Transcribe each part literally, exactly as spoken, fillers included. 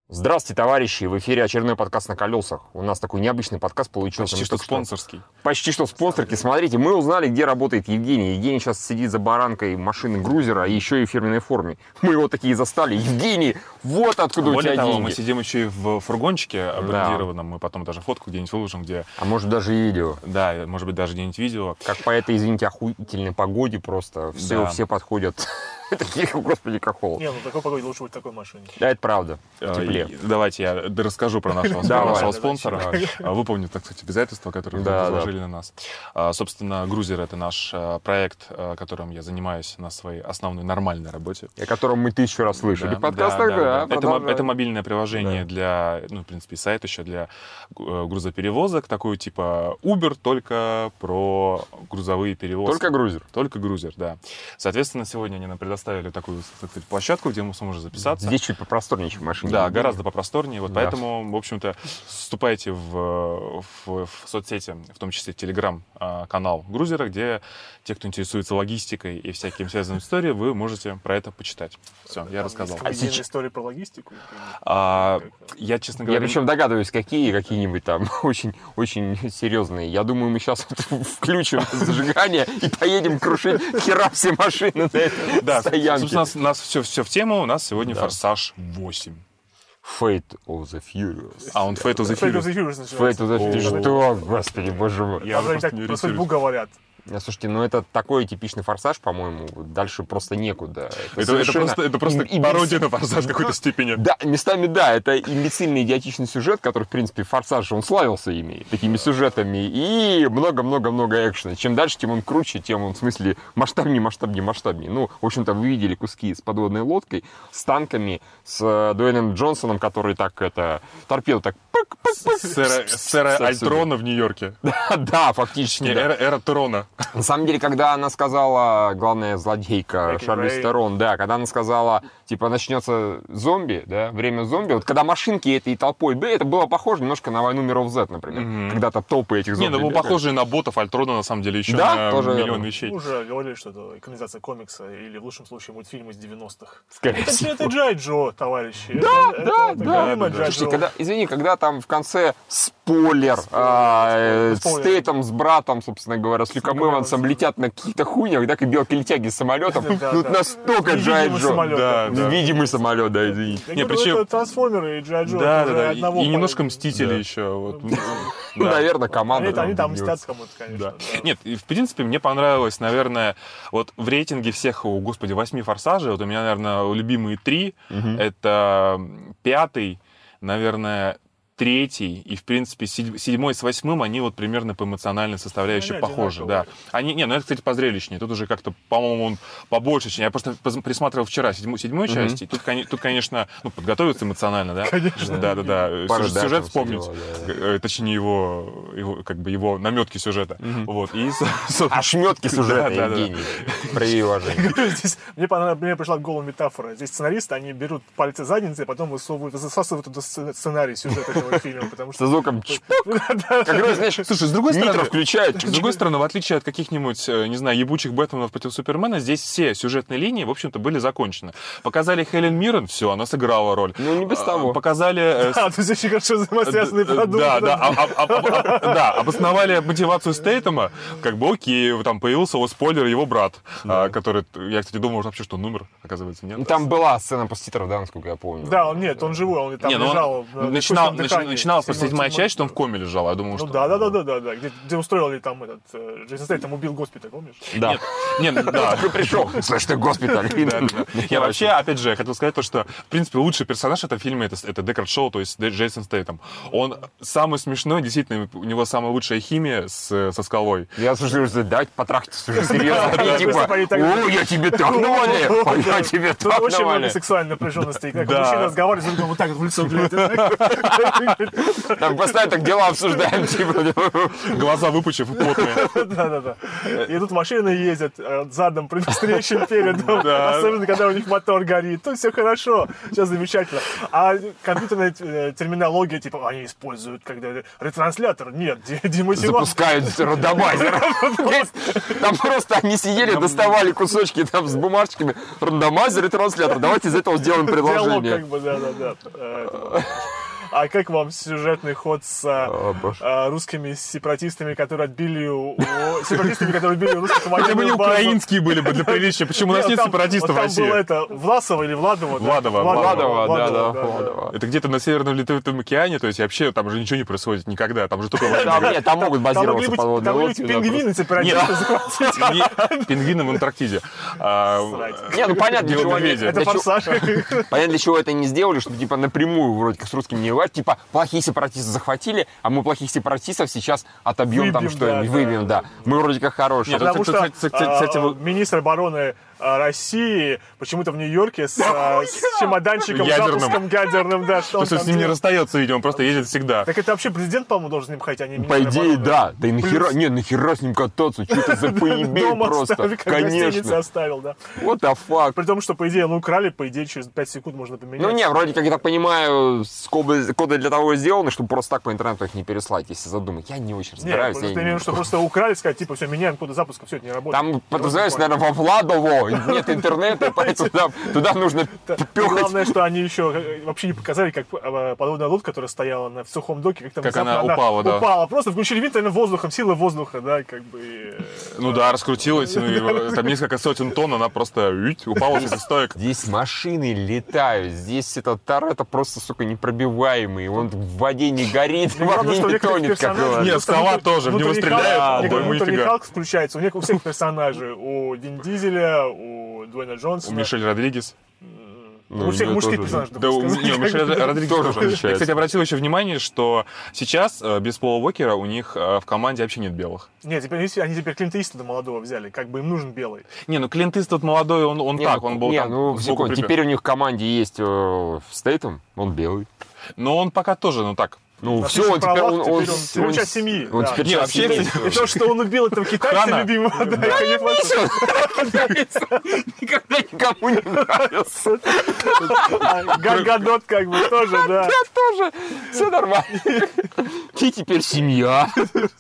Здравствуйте, товарищи! В эфире очередной подкаст «На колесах». У нас такой необычный подкаст получился. Почти что спонсорский. Почти что спонсорский. Смотрите, мы узнали, где работает Евгений. Евгений сейчас сидит за баранкой машины грузера, и еще и в фирменной форме. Мы его такие застали. Евгений, вот откуда Более у тебя того, деньги. мы сидим еще и в фургончике брендированном. Да. Мы потом даже фотку где-нибудь выложим, где... А может даже и видео. Да, может быть даже где-нибудь видео. Как по этой, извините, охуительной погоде просто. Все, да. все подходят. Таких, господи, как холод. Не, ну такой погоде лучше быть в такой машине. Да, это правда. Теплее. Давайте я расскажу про нашего, Давай, нашего да, спонсора. Выполнит, так сказать, обязательства, которые да, вы возложили да. на нас. Собственно, Грузер — это наш проект, которым я занимаюсь на своей основной нормальной работе. О котором мы тысячу раз слышали. Да, В подкастах, да, да, да. Это, это мобильное приложение да. для, ну, в принципе, сайт еще для грузоперевозок. Такой типа Uber, только про грузовые перевозки. Только грузер. Только грузер, да. Соответственно, сегодня они нам предоставили такую, так сказать, площадку, где мы сможем записаться. Здесь чуть попросторнее, чем в машине. Да, гораздо попросторнее. Вот да. Поэтому, в общем-то, вступайте в, в, в соцсети, в том числе в телеграм-канал Грузера, где те, кто интересуется логистикой и всякими связанными историями, вы можете про это почитать. Все, я рассказал. А сейчас истории про логистику? А, я, честно говоря... Я причем догадываюсь, какие, какие-нибудь там очень, очень серьезные. Я думаю, мы сейчас включим зажигание и поедем крушить хера все машины на этой да, стоянке. Собственно, у нас все, все в тему. У нас сегодня да. «Форсаж восемь». Fate of the Furious. А, он Fate of the Furious. Fate of the Furious. Что, господи, боже мой. Я уже так про судьбу говорят. Слушайте, ну это такой типичный «Форсаж», по-моему, дальше просто некуда. Это, это, это просто, это просто и, пародия на «Форсаж» в какой-то степени. Да, местами да, это имбецильный идиотичный сюжет, который, в принципе, «Форсаж», он славился ими, такими сюжетами, и много-много-много экшена. Чем дальше, тем он круче, тем он, в смысле, масштабнее, масштабнее, масштабнее. Ну, в общем-то, вы видели куски с подводной лодкой, с танками, с Дуэйном Джонсоном, который так, это, торпеду так... Сэра Альтрона в Нью-Йорке. Да, фактически. Эра Трона. На самом деле, когда она сказала, главная злодейка Шарлиз Терон, да, когда она сказала, типа, начнется зомби, да, время зомби, вот когда машинки этой толпой, да, это было похоже немножко на «Войну миров Z», например, mm-hmm. когда-то топы этих зомби. Не, ну было похоже на ботов Альтрона, на самом деле, еще да? на тоже миллион вещей. Уже говорили, что это экранизация комикса или, в лучшем случае, мультфильм из девяностых. Скорее это, всего. Это Джай Джо, товарищи. Да, это, да, это, да. это да, да. Слушайте, когда, извини, когда там в конце спойлер, спойлер, а, спойлер. Стейтом с братом, собственно говоря, с Люком Эвансом летят на каких-то хуйнях, да, как белки-летяги с самолетом. Ну, настолько Джай Джо. Невидимый самолет, да, извините. Не, причем трансформеры и Джай Джо. Да, да, да. И немножко Мстители еще. Наверное, команда. Они там мстят кому-то, конечно. Нет, в принципе, мне понравилось, наверное, вот в рейтинге всех, о, господи, восьми «Форсажей», вот у меня, наверное, любимые три. Это пятый, наверное, третий и, в принципе, седьмой с восьмым, они вот примерно по эмоциональной составляющей они похожи. Да. Они, не, ну это, кстати, позрелищнее. Тут уже как-то, по-моему, он побольше, чем... Я просто присматривал вчера седьмой, седьмой mm-hmm. части. Тут, тут, конечно, ну, подготовиться эмоционально, да? Конечно. Да, да, да. Пара Сюжет, сюжет вспомнить. Всего, да, да. Точнее, его, его, как бы, его наметки сюжета. Mm-hmm. Вот. И, ошметки сюжета, да, Евгений. Да, да. Прояви уважение. Здесь мне, мне пришла в голову метафора. Здесь сценаристы, они берут пальцы задницы, и потом высовывают, засасывают туда сценарий сюжета этого фильма, потому что... звуком чпок. Как раз, знаешь, слушай, с другой стороны, включает. С другой стороны, в отличие от каких-нибудь, не знаю, ебучих Бэтменов против Супермена, здесь все сюжетные линии, в общем-то, были закончены. Показали Хелен Миррен, все, она сыграла роль. Ну, не без того. Показали... А, то есть очень хорошо взаимосвязанный продукт. Да, да, да, обосновали мотивацию Стейтема, как бы окей, там появился, вот спойлер, его брат, который, я, кстати, думал вообще, что он умер, оказывается, нет. Там была сцена после титров, да, насколько я помню. Да, он нет, он живой, он там лежал. Начинал просто седьмая часть, что он в коме лежал. Я думал, ну, что... да, да, да, да, да, да. Где, где устроили там этот... Джейсон Стейтем убил госпиталь, помнишь? Да. Нет, нет, да. Ты пришел, слышь, ты госпиталь. Я вообще, опять же, хотел сказать то, что, в принципе, лучший персонаж этого фильма это Декард Шоу, то есть Джейсон Стейтем. Он самый смешной, действительно, у него самая лучшая химия со скалой. Я слушаю, давайте потрахайтесь уже серьезно. Типа, о, я тебе так навалил, а я тебе так навалил. Очень много сексуальной напряженности. Как мужчина разговаривает, с другом вот так в лицо глядит. Там постоянно так дела обсуждаем, типа. Глаза выпучив и потные. Да-да-да. И тут машины ездят задом, встречным передом. Особенно, когда у них мотор горит. Тут все хорошо. Все замечательно. А компьютерная терминология, типа, они используют, когда ретранслятор. Нет, демотиватор. Запускают рандомайзер. Там просто они сидели, доставали кусочки там с бумажечками. Рандомайзер и транслятор. Давайте из этого сделаем Диалог, предложение. как бы, да-да-да. А как вам сюжетный ход с О, боже. а, русскими сепаратистами, которые отбили у... у- Сепаратистами, которые отбили у русских Хотя бы не военную базу? украинские были бы для приличия. Почему у нас Нет, нет там- сепаратистов вот в там России? было это Власова или Владова? да? Владова, Владова, да, да, да. Владова. Это где-то на Северном Ледовитом океане, то есть вообще там же ничего не происходит никогда. Там же только Там, война. нет, там могут Там могли базироваться быть, подводные там могли лодки. быть да, пингвины сепаратисты захватить. Пингви- Пингвины в Антарктиде. А, просто. Не, ну понятно, для Дело чего они- медведя. Это для чего- форсаж. Понятно, для чего это не сделали, чтобы типа напрямую вроде как с русскими не воевать. Типа плохие сепаратисты захватили, а мы плохих сепаратистов сейчас отобьем там Выбьем, что-нибудь, да, выбьем, да. да, Мы вроде как хорошие. Нет, Потому это, что кстати, кстати, а, вот- министр обороны а, России почему-то в Нью-Йорке с, а, с чемоданчиком, Ядерным. запуском ядерным, да, что он Просто там с ним не делает. расстается, видимо, он просто ездит всегда. Так это вообще президент, по-моему, должен с ним ходить, а не По министр идее, обороны. да. Да и нахера, Плюс- не, нахера с ним кататься? Что это за поебень Дома просто? оставил, как гостинице Конечно. оставил, да. What the fuck? При том, что, по идее, ну, украли, по идее, через пять секунд можно поменять. Ну не, вроде как я так понимаю, коды, коды для того и сделаны, чтобы просто так по интернету их не переслать, если задумать. Я не очень Нет, разбираюсь. просто я я не- имею в виду, что просто украли, сказать, типа, все, меняем коды запуска, все, это не работает. Там, подразумевается, наверное, во Владово нет интернета, поэтому там- туда нужно И пёхать. главное, что они еще э, вообще не показали, как э, подводная лодка, которая стояла на, в сухом доке, как там Как внезапно она упала, да. упала. Просто включили винт, наверное, воздухом, сила воздуха, да, как бы... э, Ну да, раскрутилась, ну, и там несколько сотен тонн, она просто вить, упала с этих стоек. Здесь машины летают, здесь этот Торетто просто, сука, непробиваемый, он в воде не горит, в Главное, воде что у не некоторых тонет, как персонажей... говорят. Нет, просто скала внутри- тоже, в него внутренний стреляют, Халк- ой, некоторый ну и внутренний фига. Халк включается. У, них, у всех персонажей. У Вин Дизеля, у Дуэйна У Джонсона. Мишель Родригес. Ну, у всех я мужских тоже, персонажей. Да, у, так не, у Мишеля Родригес Тоже тоже. отличается. Я, кстати, обратил еще внимание, что сейчас э, без Пола Уокера у них э, в команде вообще нет белых. Нет, теперь, если они теперь Клинта Иствуда молодого взяли. Как бы им нужен белый. Не, ну Клинт Иствуд молодой, он, он Не, так, ну, он был не, там ну, сбоку секунду, припер. теперь у них в команде есть э, Стейтем, он белый. Но он пока тоже, ну так. Ну, На все, отличных он теперь, правах, он, теперь он, он- теперь он часть семьи, Он да. теперь Не, часть вообще, семьи. кстати, И то, что он убил этого китайца Хана. любимого, да, я не понимаю. Никогда никому не нравился. А Гал Гадот как бы тоже, да. Я тоже. Все нормально. Ты теперь семья.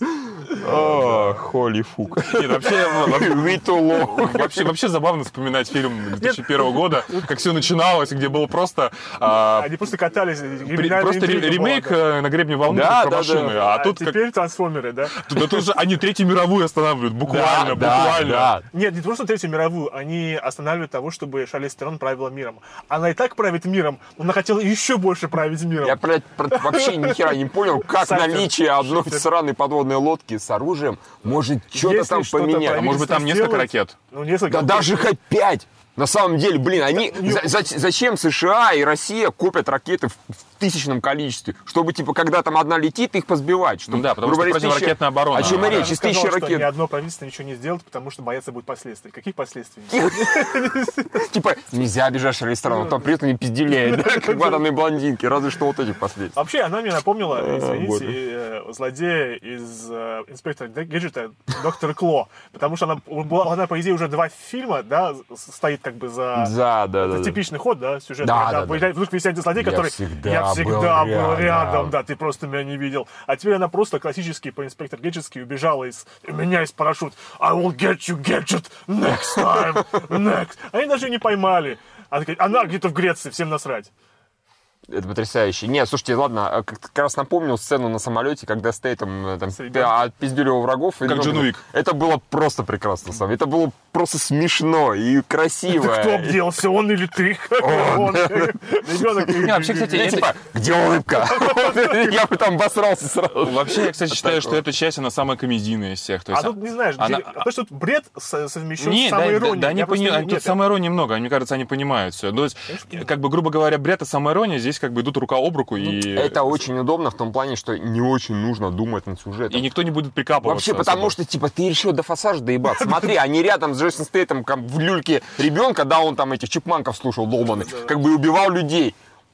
О, холи фук. Нет, вообще, Витуло. вообще, вообще забавно вспоминать фильм две тысячи первого года, как все начиналось, где было просто... а, Они просто катались. при- криминальная просто ре- интрига была, ремейк да. э, на гребне волны Да, про да, машины. да. А А тут как... теперь трансформеры, да? Да тут же они Третью мировую останавливают, буквально, буквально. Да, Нет, не просто Третью мировую, они останавливают того, чтобы Шарлиз Терон правила миром. Она и так правит миром, но она хотела еще больше править миром. Я, блядь, про- вообще ни хера не понял, как Сафер. наличие одной Шифер. сраной подводной лодки с оружием может что-то Если там что-то поменять. А может быть, там правительство несколько сделает, ракет? Ну, несколько. Да даже хоть пять. На самом деле, блин, они... не- за- за- зачем США и Россия копят ракеты в, в тысячном количестве? Чтобы, типа, когда там одна летит, их позбивать. Чтобы, Ну да, потому грубо что говоря, из тысячи- противоракетная оборона. О чем Она речь? Она Из тысячи сказала, что ни ракет. одно правительство ничего не сделает, потому что боятся будет последствий. Каких последствий? Типа, нельзя обижать Шарлиз Терон, он там при этом не пизделяет, да, как бананы блондинки, разве что вот этих последствий. Вообще, она мне напомнила, боже. извините, э, злодея из э, инспектора Гаджета, доктора Кло. Потому что она, была, она, по идее, уже два фильма, да, с- стоит как бы за... Да, да, Это да. типичный ход, да, сюжетный, Да, когда да, да. выезжает- вдруг висящий злодей, Я который всегда я был всегда был рядом. рядом, да, ты просто меня не видел. А теперь она просто классический по инспектор Гаджетский убежала из... У меня есть парашют. I will get you, Gadget, next time, next. Они даже ее не поймали. Она, такая, она где-то в Греции, всем насрать. Это потрясающе. Нет, слушайте, ладно, а как, как раз напомнил сцену на самолете, когда Стейтем там, ребенком. отпиздили его врагов. И, Как ну, Джон Уик. Это было просто прекрасно. Сам. Это было просто смешно и красиво. Кто обделался, он или ты? Он. Ребенок. Не, вообще, кстати, Ну, это- типа, где улыбка? Я бы там обосрался сразу. Вообще, я, кстати, считаю, что эта часть, она самая комедийная из всех. То А есть, тут не знаешь, она- где- то, что тут бред со- совмещен Не, с да, самой да, иронией. да, они Я просто пони- не- тут нет, самой иронии много, мне кажется, они понимают все. То есть, как бы, грубо говоря, бред и самая ирония здесь как бы идут рука об руку, и, Это очень удобно в том плане, что не очень нужно думать над сюжетом. и никто не будет прикапываться. Вообще, потому особо. что, типа, ты решил до фасажа доебаться. Смотри, они рядом с Джейсон Стейтом в люльке ребенка, да, он там этих чипманков слушал, долбанный, как бы и убивал людей.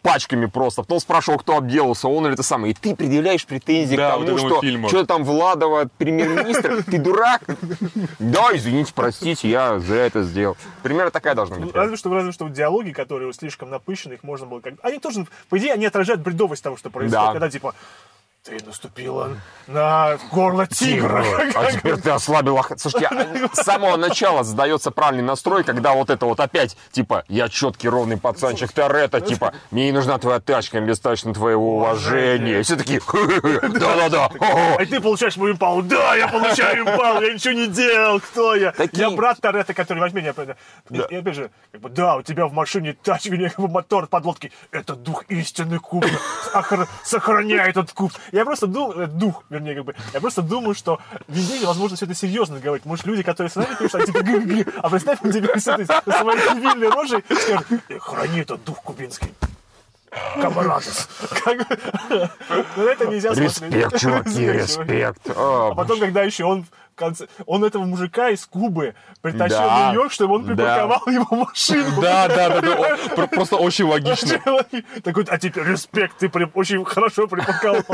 пачками просто. Потом спрашивал, кто обделался, он или это самое. И ты предъявляешь претензии Да, к тому, вот этому что фильму. что-то там Владова, премьер-министр, ты дурак? Да, извините, простите, я зря это сделал. Примерно такая должна быть. Разве что, разве что диалоги, которые слишком напыщены, их можно было как... Они тоже, по идее, они отражают бредовость того, что происходит. Да. Когда, типа, ты наступила на горло тигра. А теперь ты ослабил охрану. Слушайте, а с самого начала задается правильный настрой, когда вот это вот опять, типа, я четкий, ровный пацанчик Торетто, типа, мне не нужна твоя тачка, мне достаточно твоего уважения. И все такие, да-да-да. А ты получаешь мою импалу. Да, я получаю импалу, я ничего не делал, кто я? Такие- Я брат Торетто, который возьми меня. И, и опять же, как бы, да, у тебя в машине тачка, у меня как бы мотор подлодки. Это дух истины куб. Охр- Сохраняй этот куб. Я просто думаю, дух, вернее, как бы, я просто думаю, что Вин Дизель, возможно, все это серьезно говорит. Может, люди, которые с нами пишут, они типа, гы-гы-гы, а представь, он тебе с этой со своей цивильной рожей скажет, храни этот дух кубинский. Камарадос. Как бы, но это нельзя смотреть. Респект, чуваки, респект. А потом, когда еще он в конце, он этого мужика из Кубы притащил Да. в Нью-Йорк, чтобы он припарковал его машину. Да, да, да, да. О, про- Просто очень логично. Такой, а теперь респект, ты при- очень хорошо припарковал.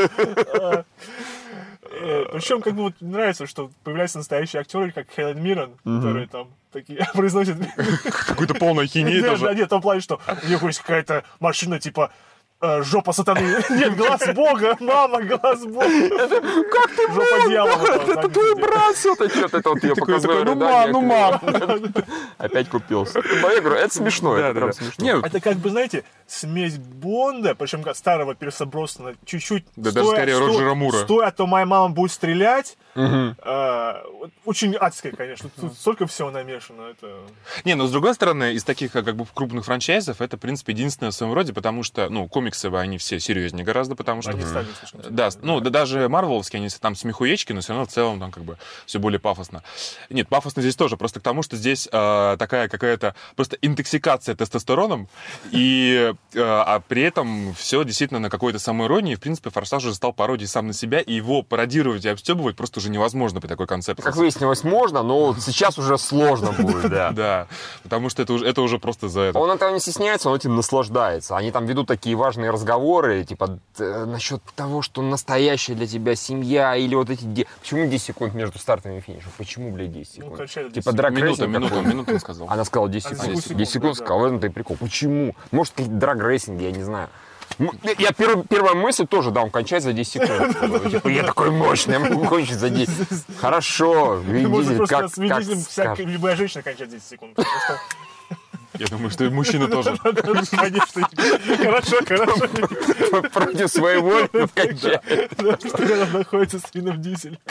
Причем, как бы, вот нравится, что появляются настоящие актеры, как Хелен Миррен, которые там такие произносят... Какую-то полную хинею Нет, да, тоже. нет, в том плане, что у них есть какая-то машина, типа, э, жопа сатаны. Нет, глаз бога, мама, глаз бога. Как ты жопа дьявола. Это твой брат все-таки. Вот это вот я Такой, показываю. такой, ну, да, мам, ну, мам. Опять купился. Я говорю, это смешно, Да, это да, прям да. смешно. Не, Это как бы, знаете, смесь Бонда, причем как старого Пирса Броснана, чуть-чуть... Да даже скорее сто- Роджера Мура. Стой, а то моя мама будет стрелять. А, вот очень адское, конечно. Тут столько всего намешано. Это... Не, но с другой стороны, из таких как бы крупных франчайзов, это, в принципе, единственное в своем роде, потому что, ну, комиксы, они все серьезнее гораздо, потому что... Они стали слишком Да, серьезными. ну, да даже марвеловские, они там смехуечки, но все равно в целом там как бы все более пафосно. Нет, пафосно здесь тоже, просто к тому, что здесь э, такая какая-то просто интоксикация тестостероном, и, э, а при этом все действительно на какой-то самоиронии. В принципе, «Форсаж» уже стал пародией сам на себя, и его пародировать и обстебывать просто уже невозможно при такой концепции. Как выяснилось, можно, но вот сейчас уже сложно будет, да. Да, потому что это уже, это уже просто за это. Он этого не стесняется, он этим наслаждается. Они там ведут такие важные разговоры, типа, т- насчет того, что настоящая для тебя семья, или вот эти... де- Почему десять секунд между стартом и финишем? Почему, блядь, десять Ну, секунд? короче, десять Типа, секунд. драг-рейсинг Минута, минута, такой. минута, он сказал. Она сказала десять А, секунд. десять десять секунд секунд, сказала, в этом-то и прикол. Почему? Может, какие-то драг-рейсинги, я не знаю. Ну, Я первая, первая мысль тоже, да, он кончает за десять секунд. Типа, я такой мощный, я могу кончить за десять. Хорошо, Вин Можно Дизель, просто как, с Вин как Дизелем всякая, скажешь. любая женщина кончает десять секунд. Потому что, Я думаю, что и мужчина тоже. конечно, хорошо, хорошо. Против своей воли кончает. Да, что рядом находится с Вином Дизелем.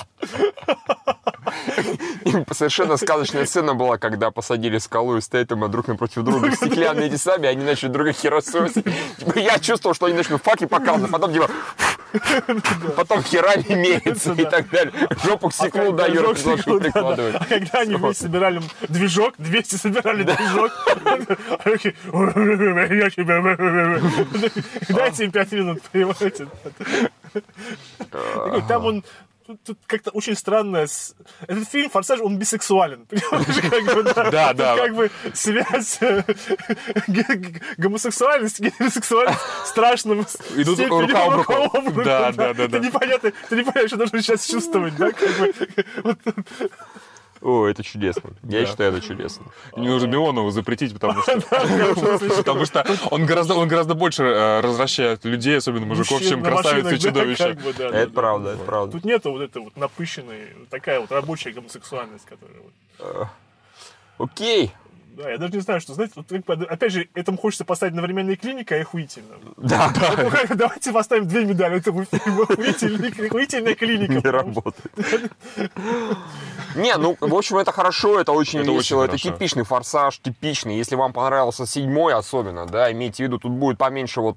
Им совершенно сказочная сцена была, когда посадили скалу и Стейтема друг напротив друга. Стеклянные эти сами, они начали друга херососить. Типа, я чувствовал, что они начнут факи показывать, потом типа... Потом херами мерятся и так далее. Жопу к стеклу когда даю, движок стеклу, разношу да, да. прикладывать. А когда они вместе собирали движок, двести собирали движок, они такие, я тебя... Дайте им пять минут, понимаете? Такой, Там он... Тут, тут как-то очень странно. с- Этот фильм «Форсаж», он бисексуален. Понимаешь, как бы, да. Да, Тут да. как бы связь э, г- г- гомосексуальности, гетеросексуальности страшным Идут степенью рука об руку. рука об руку, Да, да, да, Ты да. непонятно, ты не понимаешь, что нужно сейчас чувствовать, да? Как бы, вот, О, это чудесно. Я считаю, это чудесно. Не нужно Мионову запретить, потому что, потому что он гораздо, он гораздо больше э, развращает людей, особенно мужиков, мужчин чем на красавицы и машинах, да, чудовища. как бы, да, да, Это да. правда, это правда. Тут нету вот этой вот напыщенной, такая вот рабочая гомосексуальность, которая вот... Окей. Да, я даже не знаю, что, знаете, вот, как бы, опять же, этому хочется поставить одновременно и клиника, и охуительно. Да, Ну, как, давайте поставим две медали этому фильму. Охуительный- Охуительная клиника. не потому что- работает. Не, ну, в общем, это хорошо, это очень Это очень весело, это хорошо. типичный форсаж, типичный. Если вам понравился седьмой особенно, да, имейте в виду, тут будет поменьше вот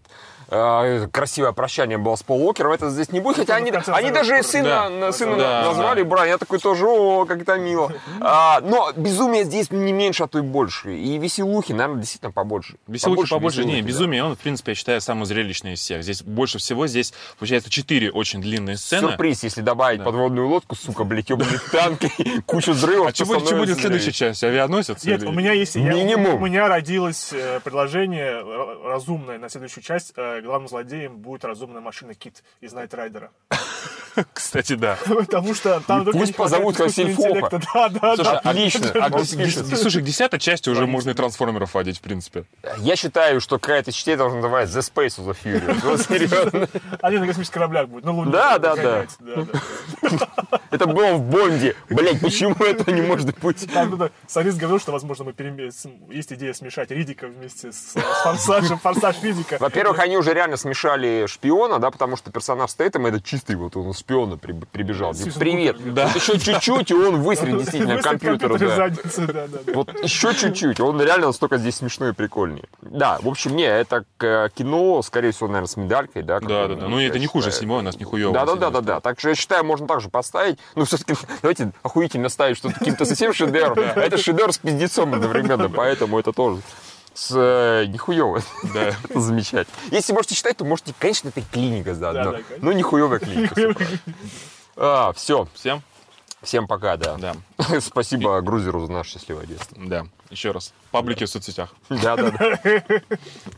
э, красивое прощание было с Пол Уокером, это здесь не будет, хотя они, они даже сына, да. сына да, назвали да. Брайан, я такой тоже, о, как это мило. А, но безумие здесь не меньше, а то и больше. И веселухи, наверное, действительно побольше. Веселухи побольше, побольше. веселухи, не, да. безумие, он, в принципе, я считаю, самый зрелищный из всех. Здесь больше всего, здесь, получается, четыре очень длинные сцены. Сюрприз, если добавить Да. подводную лодку, сука, блядь, ёбаные танки, кучу взрывов. А что будет, что будет в следующей части? Авианосец? Нет, или- у меня есть... я- Минимум. у меня родилось э, предложение р- разумное на следующую часть. Э, главным злодеем будет разумная машина Кит из Найт Райдера. Кстати, да. Потому что там только пусть не хватает позовут искусственного Хассельхофа. интеллекта. Да, да, Слушай, да. Отлично. А Он к- спишет. к- слушай, к десятой части уже можно и трансформеров водить, в принципе. Я считаю, что какая-то частей должна называться The Space of the Furious. Вот серьезно. Они на космических кораблях будут. На Луне. Да, да, гонять. Да, да. Это было в Бонде. Блять, почему это не может быть? Там кто-то Солист говорил, что, возможно, мы переме- с- есть идея смешать Риддика вместе с, с Форсажем, Форсаж Риддика. Во-первых, они уже реально смешали шпиона, да, потому что персонаж Стейтем это чистый, вот он из шпиона при- прибежал. Типа, Сьюзен привет. Купер, Да. Вот еще чуть-чуть, и он выстрелит действительно Выставь компьютеру. компьютер из Да. задницы, да, да, да. Вот еще чуть-чуть. Он реально настолько здесь смешной и прикольный. Да, в общем, не, это к- кино, скорее всего, наверное, с медалькой, да. Да, какой-то, да, да. Ну, я это не хуже считаю. седьмой, у нас не хуёво. Да, да, да, да, да. Так что я считаю, можно также поставить. Ну, все-таки, давайте охуительно ставить что-то каким-то совсем шедевром. А это шедевр с пиздецом одновременно, поэтому это тоже с э, нихуёво. Да. Это замечательно. Если можете читать, то можете, конечно, это и клиника заодно. Да, да, конечно. Но нихуёвая клиника. А, все. Всем? Всем пока, да. Да. Спасибо Грузеру за наше счастливое детство. Да. Еще раз. Паблики в соцсетях. Да, да, да.